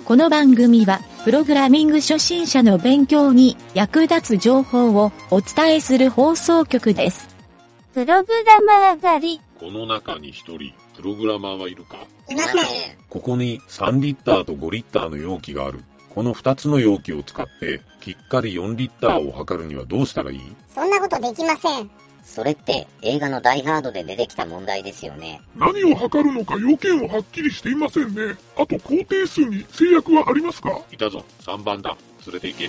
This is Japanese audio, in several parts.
この番組は、プログラミング初心者の勉強に役立つ情報をお伝えする放送局です。 プログラマー狩り。 この中に一人、プログラマーはいるか？ いません。 ここに3リッターと5リッターの容器がある。この2つの容器を使って、きっかり4リッターを測るにはどうしたらいい？ そんなことできません。 それって映画のダイハードで出てきた問題ですよね。 何を測るのか要件ははっきりしていませんね。あと工程数に制約はありますか？ いたぞ、3番だ。連れて行け。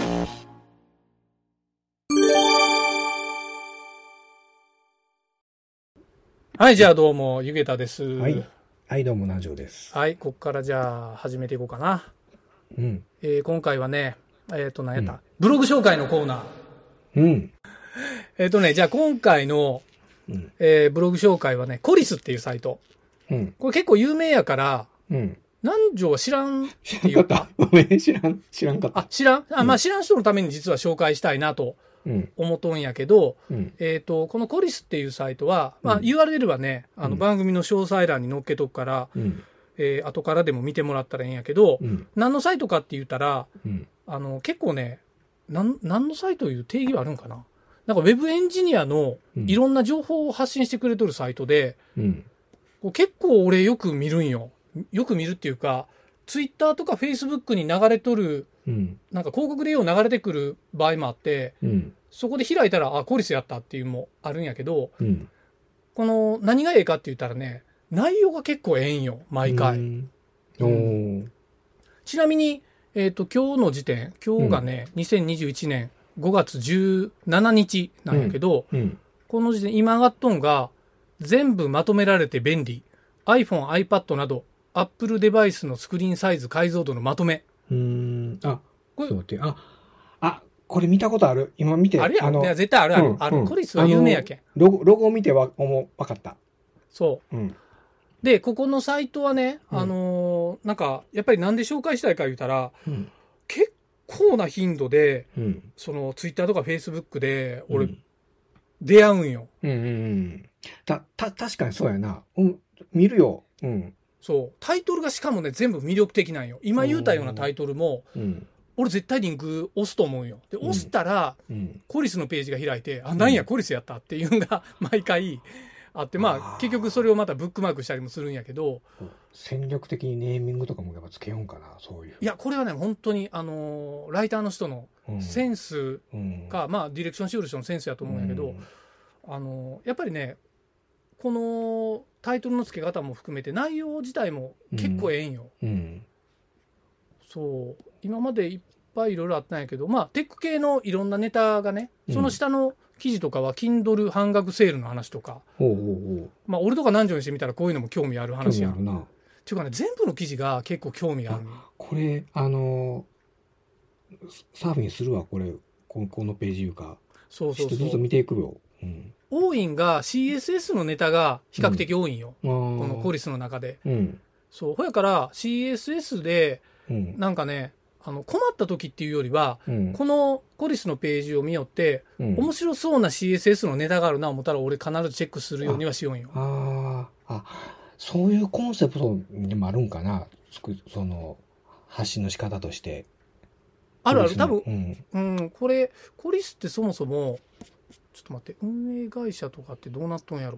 はい、じゃあどうも、ゆげたです。 はい。はい、どうも、南條です。 はい、こっからじゃあ始めていこうかな。 うん。 今回はね、何やった、ブログ紹介のコーナー。 うん。 じゃあ今回の、ブログ紹介はね、コリスっていうサイト。 うん。 これ結構有名やから、 うん。 南條は知らんっていうか。ごめん、知らんかった。 あ、知らん？まあ知らん人のために実は紹介したいなと思っとんやけど、このコリスっていうサイトは、まあ URL はね、番組の詳細欄に載っけとくから、後からでも見てもらったらいいんやけど、何のサイトかって言ったら、結構ね、何のサイトいう定義はあるんかな？なんかウェブエンジニアのいろんな情報を発信してくれとるサイトで、結構俺よく見るんよ。よく見るっていうか、ツイッターとかフェイスブックに流れとる、なんか広告でよう流れてくる場合もあって、そこで開いたら、あ、コリスやったっていうのもあるんやけど、この何がええかって言ったらね、内容が結構ええんよ、毎回。ちなみに、今日の時点、今日がね、2021年5月17日なんやけど、この時点、今上がっとんが、全部まとめられて便利。iPhone、iPad など、Apple デバイスのスクリーンサイズ、解像度のまとめ。 これ、これ見たことある。今見て。 あるやん。いや、絶対ある。コリスは有名やけん。 ロゴを見てわかった。 そう。で、ここのサイトはね、なんか、やっぱりなんで紹介したいか言うたら、結構な頻度で、その、ツイッターとかフェイスブックで、俺、出会うんよ。 確かにそうやな。見るよ。 そう。タイトルがしかもね、全部魅力的なんよ。今言うたようなタイトルも、俺絶対リンク押すと思うんよ。で、押したら、コリスのページが開いて、あ、なんや、コリスやったっていうのが毎回あって、まあ、結局それをまたブックマークしたりもするんやけど。 戦略的にネーミングとかもやっぱつけようかな、そういう。 いや、これはね、本当に、ライターの人のセンスか、まあ、ディレクションしよる人のセンスやと思うんやけど、やっぱりね、このタイトルの付け方も含めて内容自体も結構ええんよ。そう。今までいっぱいいろいろあったんやけど、まあ、テック系のいろんなネタがね、その下の記事とかは Kindle 半額セールの話とか、まあ、俺とか南條にしてみたらこういうのも興味ある話やん。っていうかね、全部の記事が結構興味がある。 これ、サーフィンするわ、これ、このページいうか。そう。ちょっとずつ見ていくよ。 多いんが CSS のネタが比較的多いんよ。このコリスの中で。そう。ほやから CSS で、なんかね、困った時っていうよりは、このコリスのページを見よって、面白そうな CSS のネタがあるな思ったら俺必ずチェックするようにはしようんよ。 そういうコンセプトにもあるんかな。その、発信の仕方として。 ある。多分、これ、コリスってそもそも、ちょっと待って、運営会社とかってどうなっとんやろ。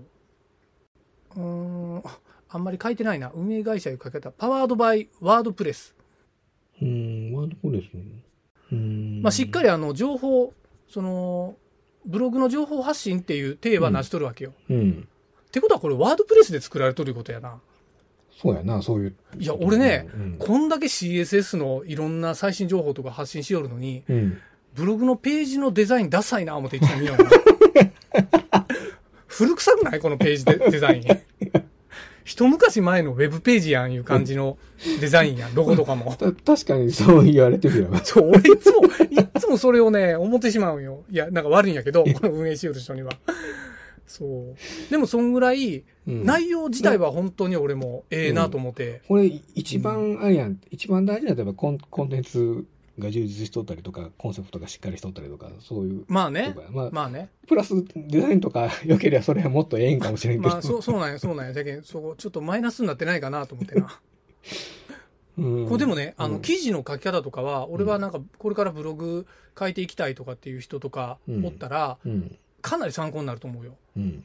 あんまり書いてないな。運営会社いう書き方。パワードバイワードプレス。 ワードプレスね。 まあ、しっかり情報、その、ブログの情報発信っていう体は成しとるわけよ。ってことはこれワードプレスで作られとることやな。 そうやな、そういう。 いや、俺ね、こんだけ CSS のいろんな最新情報とか発信しよるのに、ブログのページのデザインダサいな思っていつも見ような。古臭くないこのページデザイン。一昔前のウェブページやんいう感じのデザインやん、ロゴとかも。 確かにそう言われてるよ。 そう、俺いつもそれをね、思ってしまうんよ。いや、なんか悪いんやけど、この運営しよる人には。そう。でもそんぐらい、内容自体は本当に俺もええなと思って。 これ一番あれやん、一番大事なのはコンテンツが充実しとったりとか、コンセプトがしっかりしとったりとか、そういう。 まあね。まあね。 プラスデザインとか良ければそれはもっとええんかもしれんけど。 まあそうなんや。だけど、ちょっとマイナスになってないかなと思ってな。 これでもね、記事の書き方とかは、俺はなんか、これからブログ書いていきたいとかっていう人とかおったら、かなり参考になると思うよ。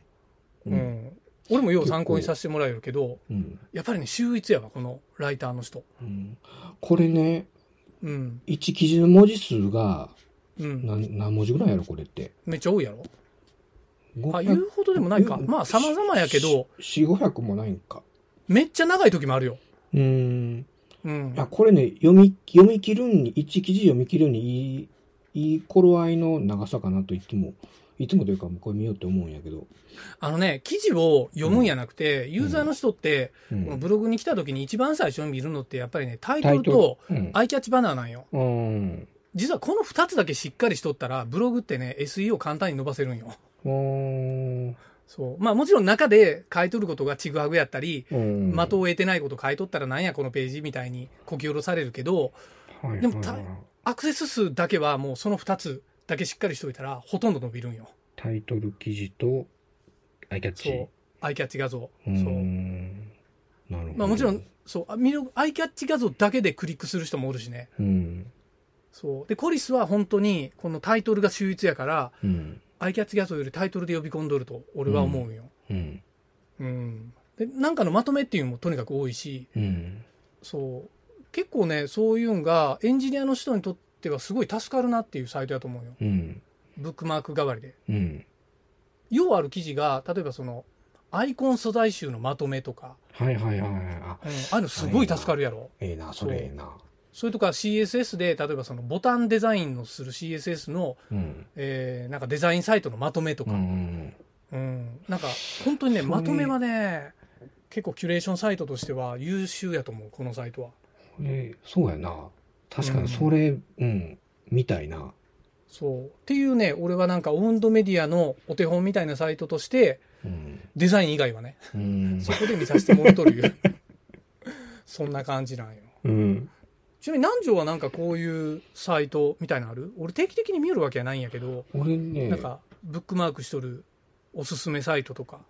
俺もよう参考にさせてもらえるけど、やっぱりね、秀逸やわ、このライターの人。 これね、1記事の文字数が、何文字ぐらいやろ、これって。 めっちゃ多いやろ。言うほどでもないか。まあ、様々やけど。 4、500もないんか。 めっちゃ長い時もあるよ。 これね、読み切るに、1記事読み切るにいい頃合いの長さかなといつもというか、これ見ようって思うんやけど。 記事を読むんやなくて、ユーザーの人って、このブログに来た時に一番最初に見るのって、やっぱりね、タイトルとアイキャッチバナーなんよ。実はこの2つだけしっかりしとったら、ブログってね、SEO 簡単に伸ばせるんよ。そう。まあもちろん中で書いとることがちぐはぐやったり、的を得てないこと書いとったらなんやこのページみたいにこき下ろされるけど、でもアクセス数だけはもうその2つだけしっかりしといたらほとんど伸びるんよ。 タイトル記事とアイキャッチ。そう。 アイキャッチ画像。そう。 なるほど。 まあもちろん、そう、アイキャッチ画像だけでクリックする人もおるしね。そう。で、コリスは本当にこのタイトルが秀逸やから、アイキャッチ画像よりタイトルで呼び込んどると俺は思うよ。で、なんかのまとめっていうのもとにかく多いし、そう。結構ね、そういうのがエンジニアの人にとってはすごい助かるなっていうサイトだと思うよ。ブックマーク代わりで。ようある記事が、例えばその、アイコン素材集のまとめとか。ああいうのすごい助かるやろ。 それええな。 それとか CSS で、例えばそのボタンデザインのする CSS の、なんかデザインサイトのまとめとか。なんか、本当にね、まとめはね、結構キュレーションサイトとしては優秀やと思う、このサイトは。 そうやな。確かにそれ、みたいな。 そう。っていうね、俺はなんかオウンドメディアのお手本みたいなサイトとして、デザイン以外はね、そこで見させてもらっとるよ。そんな感じなんよ。ちなみに南條はなんかこういうサイトみたいなのある？俺定期的に見よるわけはないんやけど、 俺ね、 なんかブックマークしとるおすすめサイトとか。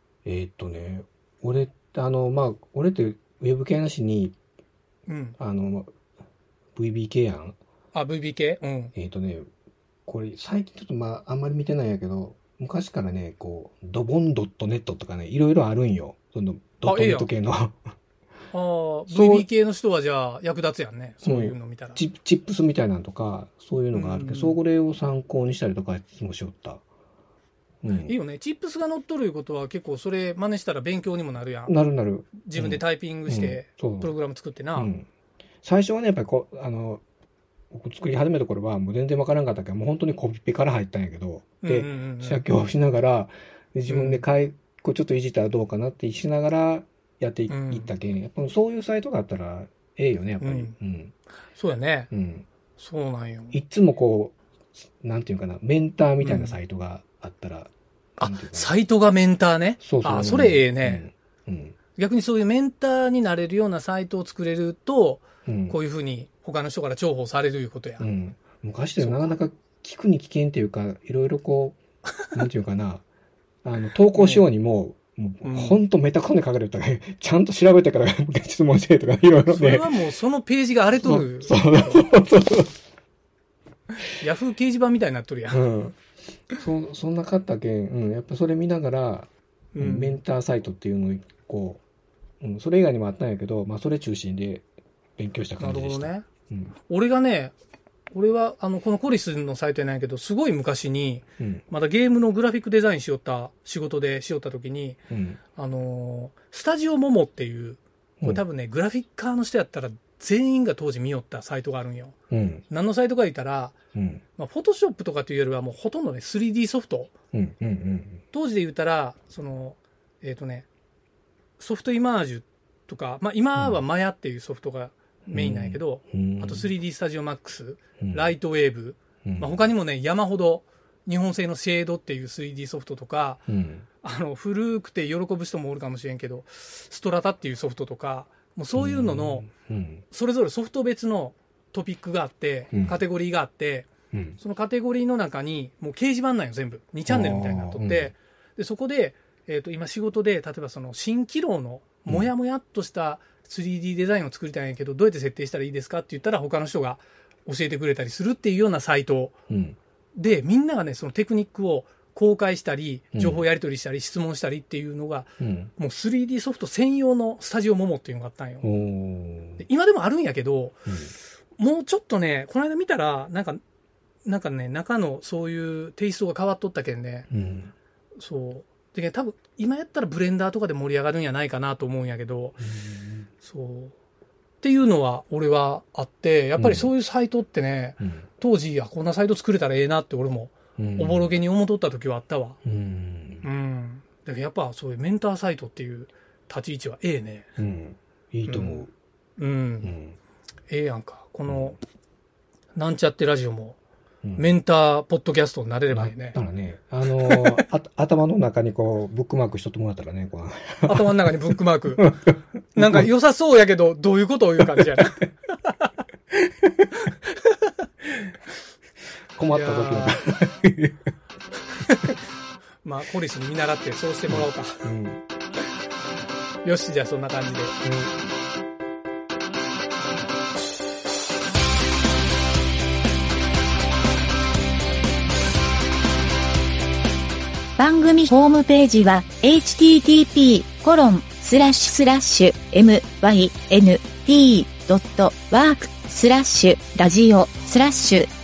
俺って俺ってウェブ系なしに、VB 系やん。 VB 系？ これ最近ちょっとあんまり見てないんやけど、昔からね、こう、ドボン .net とかね、いろいろあるんよ。その、ドットネット系の。 VB 系の人はじゃあ役立つやんね。そういうの見たら。 チップスみたいなのとか、そういうのがあるけど、それを参考にしたりとかいつもしよった。 いいよね。チップスが載っとるいうことは結構それ真似したら勉強にもなるやん。 なる。 自分でタイピングして、プログラム作ってな。 最初はね、やっぱり僕作り始めた頃はもう全然わからんかったけど、もう本当にコピペから入ったんやけど、で、写経しながら、自分でこうちょっといじったらどうかなってしながらやっていったけん、やっぱそういうサイトがあったらええよね、やっぱり。 そうやね。そうなんよ。 いつもこう、なんていうかな、メンターみたいなサイトがあったら。 サイトがメンターね。そう。それええね。逆にそういうメンターになれるようなサイトを作れると、こういうふうに他の人から重宝されるいうことや。 昔ってなかなか聞くに危険っていうか、いろいろこう、なんていうかな、投稿しようにもうほんとメタコネ書かれたら、ちゃんと調べてから質問してとか、いろいろね。 それはもうそのページが荒れとる。ヤフー掲示板みたいになっとるやん。 そんなかったけん、やっぱそれ見ながら、メンターサイトっていうのをこう、それ以外にもあったんやけど、それ中心で勉強した感じでした。 なるほどね。俺はこのコリスのサイトやないけど、すごい昔に、まだゲームのグラフィックデザインしよった仕事でしよった時に、スタジオモモっていう、これ多分ね、グラフィッカーの人やったら全員が当時見よったサイトがあるんよ。何のサイトか言ったら、フォトショップとかというよりはもうほとんどね、3D ソフト。当時で言ったら、ソフトイマージュとか、今はマヤっていうソフトがメインなんやけど、あと 3D スタジオマックス、ライトウェーブ、他にもね、山ほど日本製のシェードっていう 3D ソフトとか、古くて喜ぶ人もおるかもしれんけど、ストラタっていうソフトとか、もうそういうのの、それぞれソフト別のトピックがあって、カテゴリーがあって、そのカテゴリーの中に、もう掲示板なんよ、全部。2チャンネルみたいになっとって、でそこで、今仕事で、例えばその蜃気楼のもやもやっとした 3D デザインを作りたいんやけど、どうやって設定したらいいですかって言ったら他の人が教えてくれたりするっていうようなサイトで、みんながね、そのテクニックを公開したり、情報やり取りしたり、質問したりっていうのが、もう 3D ソフト専用のスタジオモモっていうのがあったんよ。で今でもあるんやけど、もうちょっとね、この間見たら、なんかね、中のそういうテイストが変わっとったけんね、そう。で、多分、今やったらブレンダーとかで盛り上がるんやないかなと思うんやけど、そう。っていうのは、俺はあって、やっぱりそういうサイトってね、当時、こんなサイト作れたらええなって俺も、おぼろげに思っとった時はあったわ。だけどやっぱそういうメンターサイトっていう立ち位置はええね。 いいと思う。 ええやんか。この、なんちゃってラジオも、メンターポッドキャストになれればいいね。 だからね、頭の中にこう、ブックマークしとってもらったらね、こう頭の中にブックマーク。なんか良さそうやけど、どういうことを言う感じやな。 困った時の。 まあ、コリスに見習ってそうしてもらおうか。よし、じゃあそんな感じで。 番組ホームページは http://myn.t.work/ラジオ/